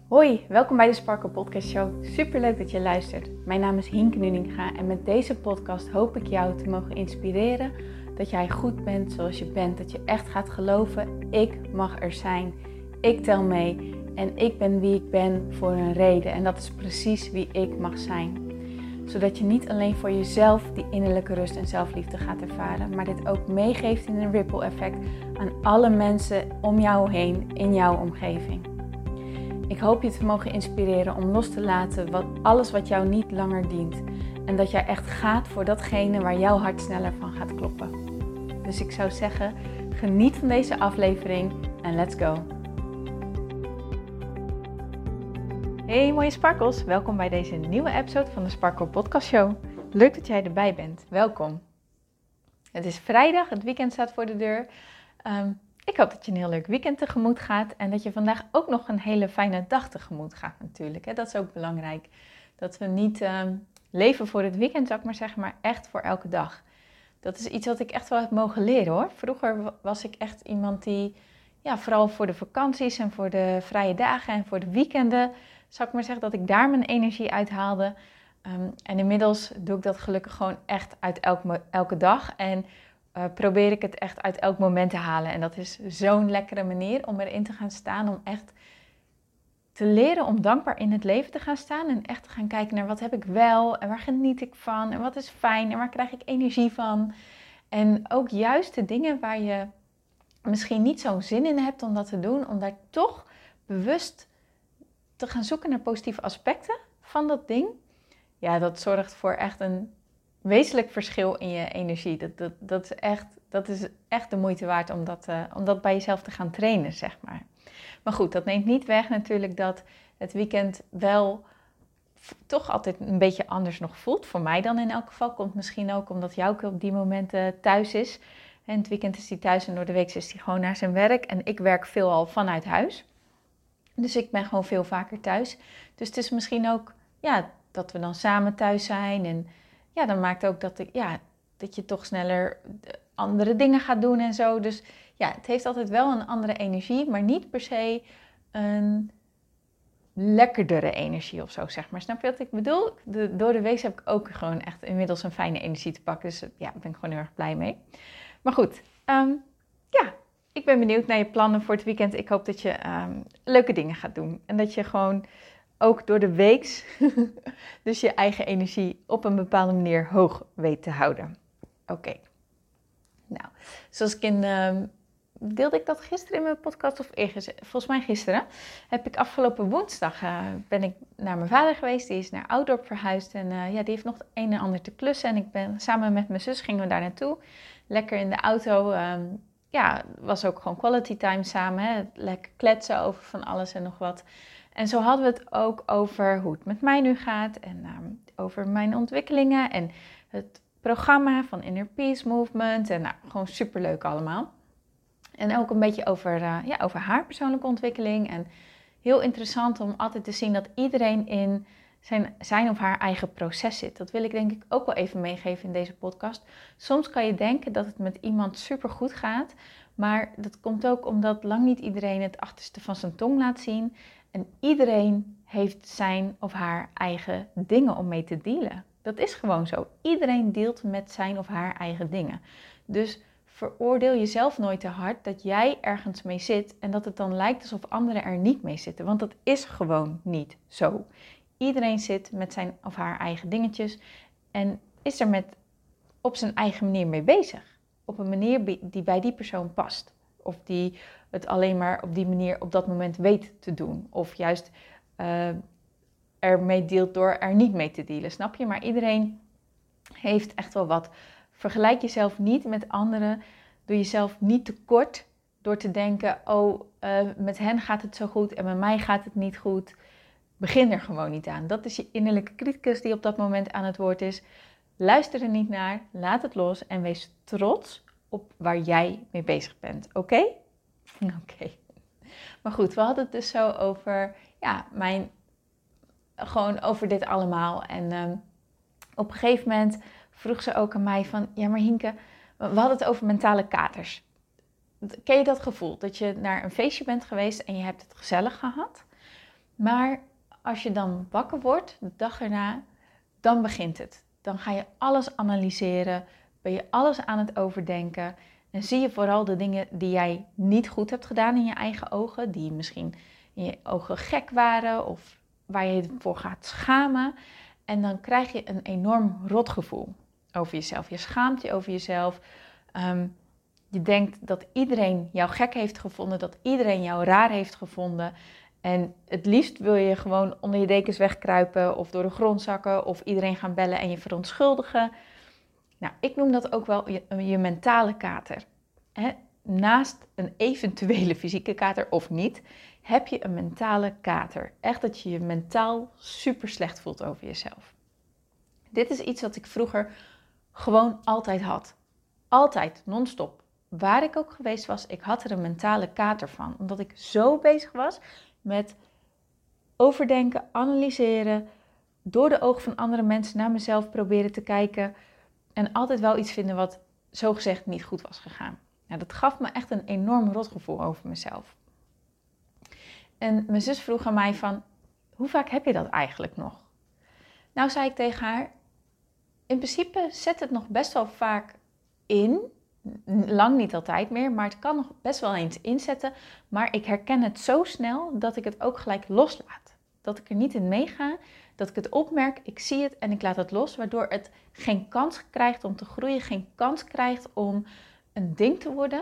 Hoi, welkom bij de Sparkle Podcast Show. Superleuk dat je luistert. Mijn naam is Hienke Nuninga en met deze podcast hoop ik jou te mogen inspireren dat jij goed bent zoals je bent. Dat je echt gaat geloven, ik mag er zijn, ik tel mee en ik ben wie ik ben voor een reden. En dat is precies wie ik mag zijn. Zodat je niet alleen voor jezelf die innerlijke rust en zelfliefde gaat ervaren, maar dit ook meegeeft in een ripple effect aan alle mensen om jou heen in jouw omgeving. Ik hoop je te mogen inspireren om los te laten alles wat jou niet langer dient. En dat jij echt gaat voor datgene waar jouw hart sneller van gaat kloppen. Dus ik zou zeggen, geniet van deze aflevering en let's go! Hey mooie sparkles, welkom bij deze nieuwe episode van de Sparkle Podcast Show. Leuk dat jij erbij bent, welkom. Het is vrijdag, het weekend staat voor de deur. Ik hoop dat je een heel leuk weekend tegemoet gaat en dat je vandaag ook nog een hele fijne dag tegemoet gaat natuurlijk. Dat is ook belangrijk, dat we niet leven voor het weekend, zou ik maar zeggen, maar echt voor elke dag. Dat is iets wat ik echt wel heb mogen leren hoor. Vroeger was ik echt iemand die, vooral voor de vakanties en voor de vrije dagen en voor de weekenden, zou ik maar zeggen dat ik daar mijn energie uit haalde. En inmiddels doe ik dat gelukkig gewoon echt uit elke dag en probeer ik het echt uit elk moment te halen. En dat is zo'n lekkere manier om erin te gaan staan. Om echt te leren om dankbaar in het leven te gaan staan. En echt te gaan kijken naar wat heb ik wel. En waar geniet ik van. En wat is fijn. En waar krijg ik energie van. En ook juist de dingen waar je misschien niet zo'n zin in hebt om dat te doen. Om daar toch bewust te gaan zoeken naar positieve aspecten van dat ding. Ja, dat zorgt voor echt een wezenlijk verschil in je energie. Dat is echt de moeite waard om dat bij jezelf te gaan trainen, zeg maar. Maar goed, dat neemt niet weg natuurlijk dat het weekend wel toch altijd een beetje anders nog voelt. Voor mij dan in elk geval. Komt misschien ook omdat Jouke op die momenten thuis is. En het weekend is hij thuis en door de week is hij gewoon naar zijn werk. En ik werk veelal vanuit huis. Dus ik ben gewoon veel vaker thuis. Dus het is misschien ook dat we dan samen thuis zijn en dan maakt ook dat je toch sneller andere dingen gaat doen en zo. Dus het heeft altijd wel een andere energie, maar niet per se een lekkerdere energie of zo, zeg maar. Snap je wat ik bedoel? Door de week heb ik ook gewoon echt inmiddels een fijne energie te pakken. Dus daar ben ik gewoon heel erg blij mee. Maar goed, ik ben benieuwd naar je plannen voor het weekend. Ik hoop dat je leuke dingen gaat doen. En dat je gewoon ook door de weeks dus je eigen energie op een bepaalde manier hoog weet te houden. Oké. Nou, zoals deelde ik dat gisteren in mijn podcast of eergisteren? Volgens mij gisteren. Heb ik afgelopen woensdag ben ik naar mijn vader geweest. Die is naar Oudorp verhuisd en die heeft nog het een en ander te klussen. En ik ben samen met mijn zus gingen we daar naartoe. Lekker in de auto. Was ook gewoon quality time samen. Hè? Lekker kletsen over van alles en nog wat. En zo hadden we het ook over hoe het met mij nu gaat en over mijn ontwikkelingen en het programma van Inner Peace Movement en gewoon superleuk allemaal. En ook een beetje over haar persoonlijke ontwikkeling en heel interessant om altijd te zien dat iedereen in zijn of haar eigen proces zit. Dat wil ik denk ik ook wel even meegeven in deze podcast. Soms kan je denken dat het met iemand supergoed gaat, maar dat komt ook omdat lang niet iedereen het achterste van zijn tong laat zien. En iedereen heeft zijn of haar eigen dingen om mee te dealen. Dat is gewoon zo. Iedereen dealt met zijn of haar eigen dingen. Dus veroordeel jezelf nooit te hard dat jij ergens mee zit en dat het dan lijkt alsof anderen er niet mee zitten. Want dat is gewoon niet zo. Iedereen zit met zijn of haar eigen dingetjes en is er op zijn eigen manier mee bezig. Op een manier die bij die persoon past. Of die het alleen maar op die manier op dat moment weet te doen. Of juist ermee deelt door er niet mee te dealen, snap je? Maar iedereen heeft echt wel wat. Vergelijk jezelf niet met anderen. Doe jezelf niet tekort door te denken, met hen gaat het zo goed en met mij gaat het niet goed. Begin er gewoon niet aan. Dat is je innerlijke criticus die op dat moment aan het woord is. Luister er niet naar, laat het los en wees trots op waar jij mee bezig bent. Oké? Oké. Maar goed, we hadden het dus zo over, gewoon over dit allemaal. En op een gegeven moment vroeg ze ook aan mij van, maar Hienke, we hadden het over mentale katers. Ken je dat gevoel? Dat je naar een feestje bent geweest en je hebt het gezellig gehad. Maar als je dan wakker wordt, de dag erna, dan begint het. Dan ga je alles analyseren, ben je alles aan het overdenken en zie je vooral de dingen die jij niet goed hebt gedaan in je eigen ogen, die misschien in je ogen gek waren of waar je je voor gaat schamen. En dan krijg je een enorm rotgevoel over jezelf. Je schaamt je over jezelf. Je denkt dat iedereen jou gek heeft gevonden, dat iedereen jou raar heeft gevonden. En het liefst wil je gewoon onder je dekens wegkruipen of door de grond zakken of iedereen gaan bellen en je verontschuldigen. Nou, ik noem dat ook wel je mentale kater. Naast een eventuele fysieke kater of niet, heb je een mentale kater. Echt dat je je mentaal super slecht voelt over jezelf. Dit is iets wat ik vroeger gewoon altijd had. Altijd, non-stop. Waar ik ook geweest was, ik had er een mentale kater van. Omdat ik zo bezig was met overdenken, analyseren, door de ogen van andere mensen naar mezelf proberen te kijken en altijd wel iets vinden wat zogezegd niet goed was gegaan. Nou, dat gaf me echt een enorm rotgevoel over mezelf. En mijn zus vroeg aan mij van, hoe vaak heb je dat eigenlijk nog? Nou, zei ik tegen haar, in principe zet het nog best wel vaak in. Lang niet altijd meer, maar het kan nog best wel eens inzetten. Maar ik herken het zo snel dat ik het ook gelijk loslaat. Dat ik er niet in meega, dat ik het opmerk, ik zie het en ik laat het los. Waardoor het geen kans krijgt om te groeien, geen kans krijgt om een ding te worden.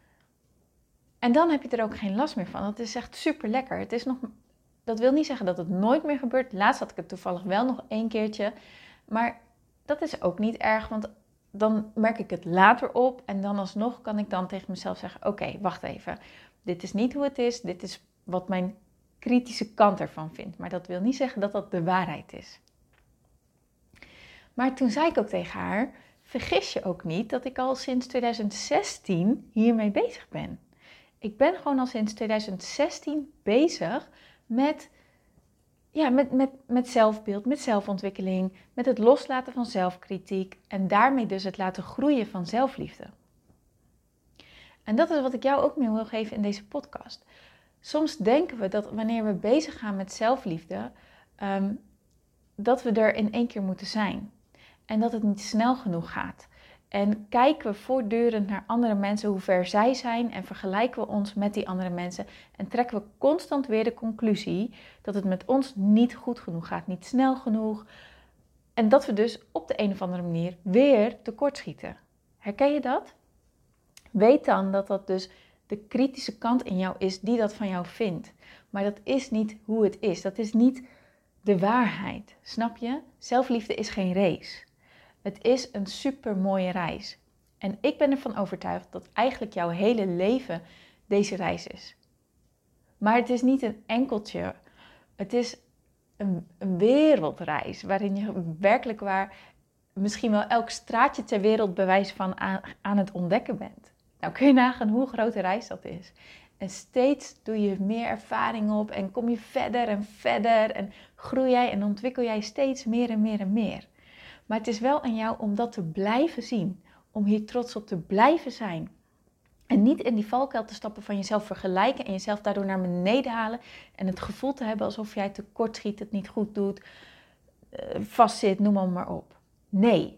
En dan heb je er ook geen last meer van. Dat is echt super lekker. Dat wil niet zeggen dat het nooit meer gebeurt. Laatst had ik het toevallig wel nog 1 keertje. Maar dat is ook niet erg, want dan merk ik het later op. En dan alsnog kan ik dan tegen mezelf zeggen, oké, wacht even. Dit is niet hoe het is. Dit is wat mijn kritische kant ervan vindt. Maar dat wil niet zeggen dat dat de waarheid is. Maar toen zei ik ook tegen haar, vergis je ook niet dat ik al sinds 2016 hiermee bezig ben. Ik ben gewoon al sinds 2016 bezig met zelfbeeld, met zelfontwikkeling, met het loslaten van zelfkritiek en daarmee dus het laten groeien van zelfliefde. En dat is wat ik jou ook mee wil geven in deze podcast. Soms denken we dat wanneer we bezig gaan met zelfliefde, dat we er in 1 keer moeten zijn. En dat het niet snel genoeg gaat. En kijken we voortdurend naar andere mensen, hoe ver zij zijn en vergelijken we ons met die andere mensen. En trekken we constant weer de conclusie dat het met ons niet goed genoeg gaat, niet snel genoeg. En dat we dus op de een of andere manier weer tekortschieten. Herken je dat? Weet dan dat dat dus de kritische kant in jou is die dat van jou vindt. Maar dat is niet hoe het is. Dat is niet de waarheid. Snap je? Zelfliefde is geen race. Het is een super mooie reis. En ik ben ervan overtuigd dat eigenlijk jouw hele leven deze reis is. Maar het is niet een enkeltje. Het is een wereldreis waarin je werkelijk waar misschien wel elk straatje ter wereld bewijs van aan het ontdekken bent. Nou kun je nagaan hoe groot de reis dat is. En steeds doe je meer ervaring op en kom je verder en verder en groei jij en ontwikkel jij steeds meer en meer en meer. Maar het is wel aan jou om dat te blijven zien. Om hier trots op te blijven zijn. En niet in die valkuil te stappen van jezelf vergelijken en jezelf daardoor naar beneden halen. En het gevoel te hebben alsof jij tekort schiet, het niet goed doet, vastzit, noem maar op. Nee.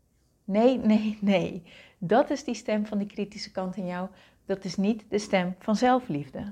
Nee. Dat is die stem van die kritische kant in jou. Dat is niet de stem van zelfliefde.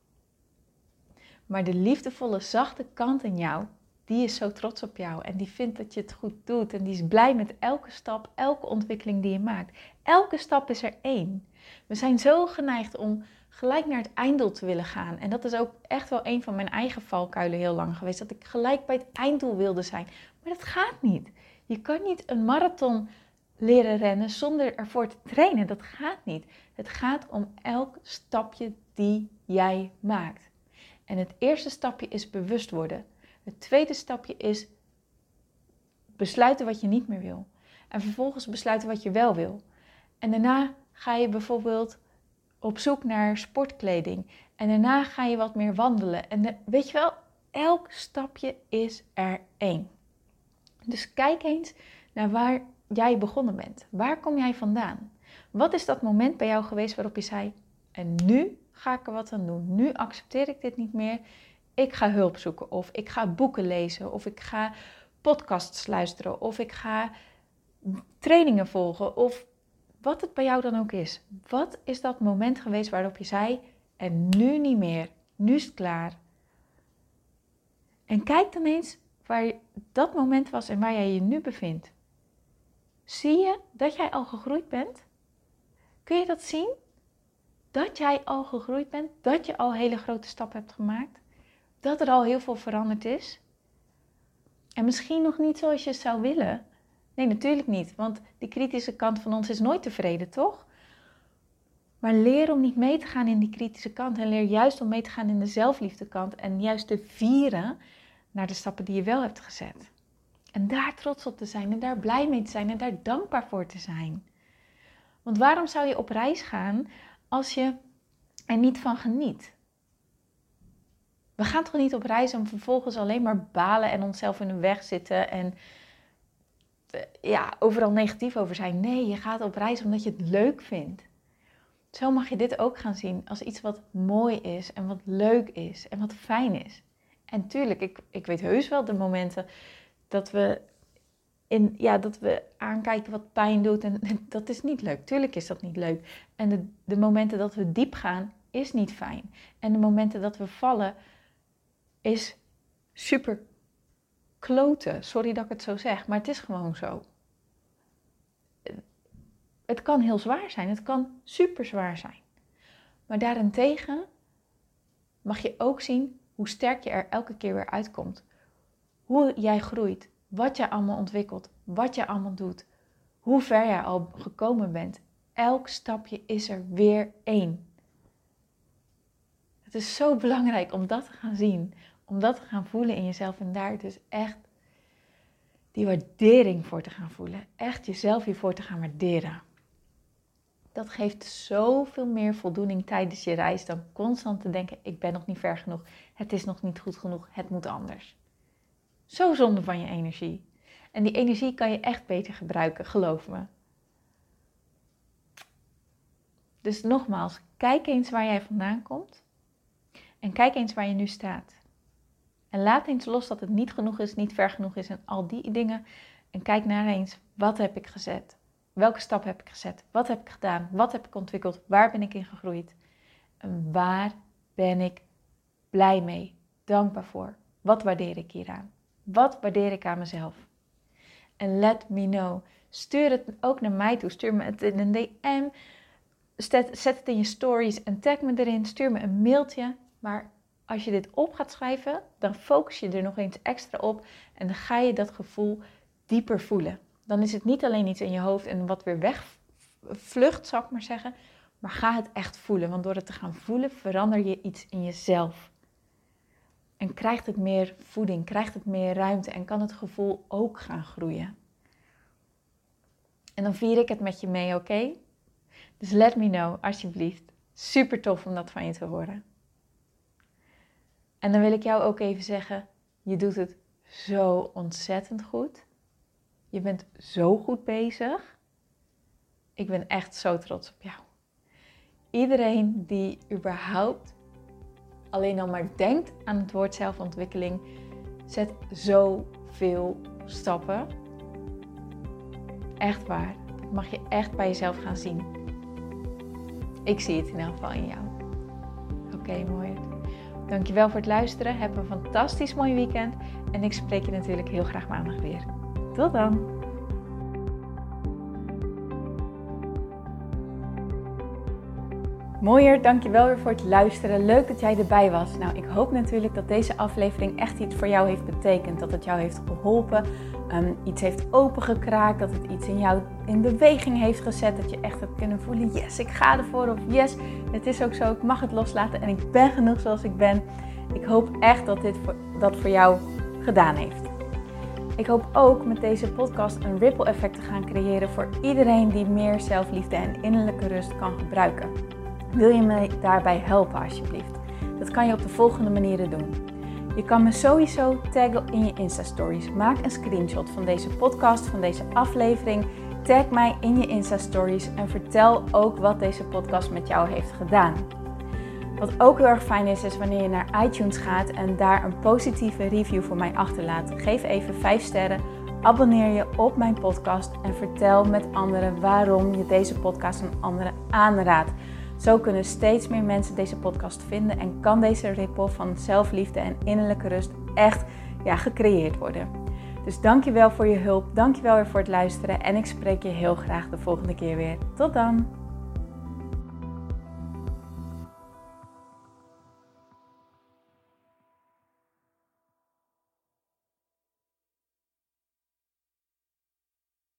Maar de liefdevolle, zachte kant in jou, die is zo trots op jou en die vindt dat je het goed doet. En die is blij met elke stap, elke ontwikkeling die je maakt. Elke stap is er 1. We zijn zo geneigd om gelijk naar het einddoel te willen gaan. En dat is ook echt wel een van mijn eigen valkuilen heel lang geweest. Dat ik gelijk bij het einddoel wilde zijn. Maar dat gaat niet. Je kan niet een marathon leren rennen zonder ervoor te trainen. Dat gaat niet. Het gaat om elk stapje die jij maakt. En het eerste stapje is bewust worden. Het tweede stapje is besluiten wat je niet meer wil. En vervolgens besluiten wat je wel wil. En daarna ga je bijvoorbeeld op zoek naar sportkleding. En daarna ga je wat meer wandelen. En weet je wel, elk stapje is er 1. Dus kijk eens naar waar jij begonnen bent. Waar kom jij vandaan? Wat is dat moment bij jou geweest waarop je zei, en nu ga ik er wat aan doen. Nu accepteer ik dit niet meer. ik ga hulp zoeken, of ik ga boeken lezen, of ik ga podcasts luisteren, of ik ga trainingen volgen, of wat het bij jou dan ook is. Wat is dat moment geweest waarop je zei, en nu niet meer, nu is het klaar. En kijk dan eens waar dat moment was en waar jij je nu bevindt. Zie je dat jij al gegroeid bent? Kun je dat zien? Dat jij al gegroeid bent, dat je al hele grote stappen hebt gemaakt, dat er al heel veel veranderd is. En misschien nog niet zoals je zou willen. Nee, natuurlijk niet, want die kritische kant van ons is nooit tevreden, toch? Maar leer om niet mee te gaan in die kritische kant en leer juist om mee te gaan in de zelfliefdekant en juist te vieren naar de stappen die je wel hebt gezet. En daar trots op te zijn en daar blij mee te zijn en daar dankbaar voor te zijn. Want waarom zou je op reis gaan als je er niet van geniet? We gaan toch niet op reis om vervolgens alleen maar balen en onszelf in de weg zitten en overal negatief over zijn. Nee, je gaat op reis omdat je het leuk vindt. Zo mag je dit ook gaan zien als iets wat mooi is en wat leuk is en wat fijn is. En tuurlijk, ik weet heus wel de momenten dat we aankijken wat pijn doet en dat is niet leuk. Tuurlijk is dat niet leuk. En de momenten dat we diep gaan is niet fijn. En de momenten dat we vallen is super kloten. Sorry dat ik het zo zeg, maar het is gewoon zo. Het kan heel zwaar zijn, het kan super zwaar zijn. Maar daarentegen mag je ook zien hoe sterk je er elke keer weer uitkomt. Hoe jij groeit, wat jij allemaal ontwikkelt, wat jij allemaal doet. Hoe ver jij al gekomen bent. Elk stapje is er weer één. Het is zo belangrijk om dat te gaan zien, om dat te gaan voelen in jezelf en daar dus echt die waardering voor te gaan voelen. Echt jezelf hiervoor te gaan waarderen. Dat geeft zoveel meer voldoening tijdens je reis dan constant te denken, ik ben nog niet ver genoeg, het is nog niet goed genoeg, het moet anders. Zo zonde van je energie. En die energie kan je echt beter gebruiken, geloof me. Dus nogmaals, kijk eens waar jij vandaan komt. En kijk eens waar je nu staat. En laat eens los dat het niet genoeg is, niet ver genoeg is en al die dingen. En kijk naar eens, wat heb ik gezet? Welke stap heb ik gezet? Wat heb ik gedaan? Wat heb ik ontwikkeld? Waar ben ik in gegroeid? En waar ben ik blij mee? Dankbaar voor? Wat waardeer ik hieraan? Wat waardeer ik aan mezelf? En let me know. Stuur het ook naar mij toe. Stuur me het in een DM. Zet het in je stories en tag me erin. Stuur me een mailtje. Maar als je dit op gaat schrijven, dan focus je er nog eens extra op. En dan ga je dat gevoel dieper voelen. Dan is het niet alleen iets in je hoofd en wat weer wegvlucht, zal ik maar zeggen. Maar ga het echt voelen. Want door het te gaan voelen, verander je iets in jezelf. En krijgt het meer voeding, krijgt het meer ruimte en kan het gevoel ook gaan groeien. En dan vier ik het met je mee, oké? Dus let me know, alsjeblieft. Super tof om dat van je te horen. En dan wil ik jou ook even zeggen, je doet het zo ontzettend goed. Je bent zo goed bezig. Ik ben echt zo trots op jou. Iedereen die überhaupt alleen al maar denkt aan het woord zelfontwikkeling, zet zoveel stappen. Echt waar. Dat mag je echt bij jezelf gaan zien. Ik zie het in elk geval in jou. Oké, mooi. Dankjewel voor het luisteren. Heb een fantastisch mooi weekend. En ik spreek je natuurlijk heel graag maandag weer. Tot dan! Mooier, dankjewel weer voor het luisteren. Leuk dat jij erbij was. Nou, ik hoop natuurlijk dat deze aflevering echt iets voor jou heeft betekend. Dat het jou heeft geholpen, iets heeft opengekraakt, dat het iets in jou in beweging heeft gezet. Dat je echt hebt kunnen voelen, yes, ik ga ervoor. Of yes, het is ook zo, ik mag het loslaten en ik ben genoeg zoals ik ben. Ik hoop echt dat dit dat voor jou gedaan heeft. Ik hoop ook met deze podcast een ripple effect te gaan creëren voor iedereen die meer zelfliefde en innerlijke rust kan gebruiken. Wil je me daarbij helpen alsjeblieft? Dat kan je op de volgende manieren doen. Je kan me sowieso taggen in je Insta-stories. Maak een screenshot van deze podcast, van deze aflevering. Tag mij in je Insta-stories en vertel ook wat deze podcast met jou heeft gedaan. Wat ook heel erg fijn is wanneer je naar iTunes gaat en daar een positieve review voor mij achterlaat. Geef even 5 sterren, abonneer je op mijn podcast en vertel met anderen waarom je deze podcast aan anderen aanraadt. Zo kunnen steeds meer mensen deze podcast vinden en kan deze ripple van zelfliefde en innerlijke rust echt gecreëerd worden. Dus dankjewel voor je hulp, dankjewel weer voor het luisteren en ik spreek je heel graag de volgende keer weer. Tot dan!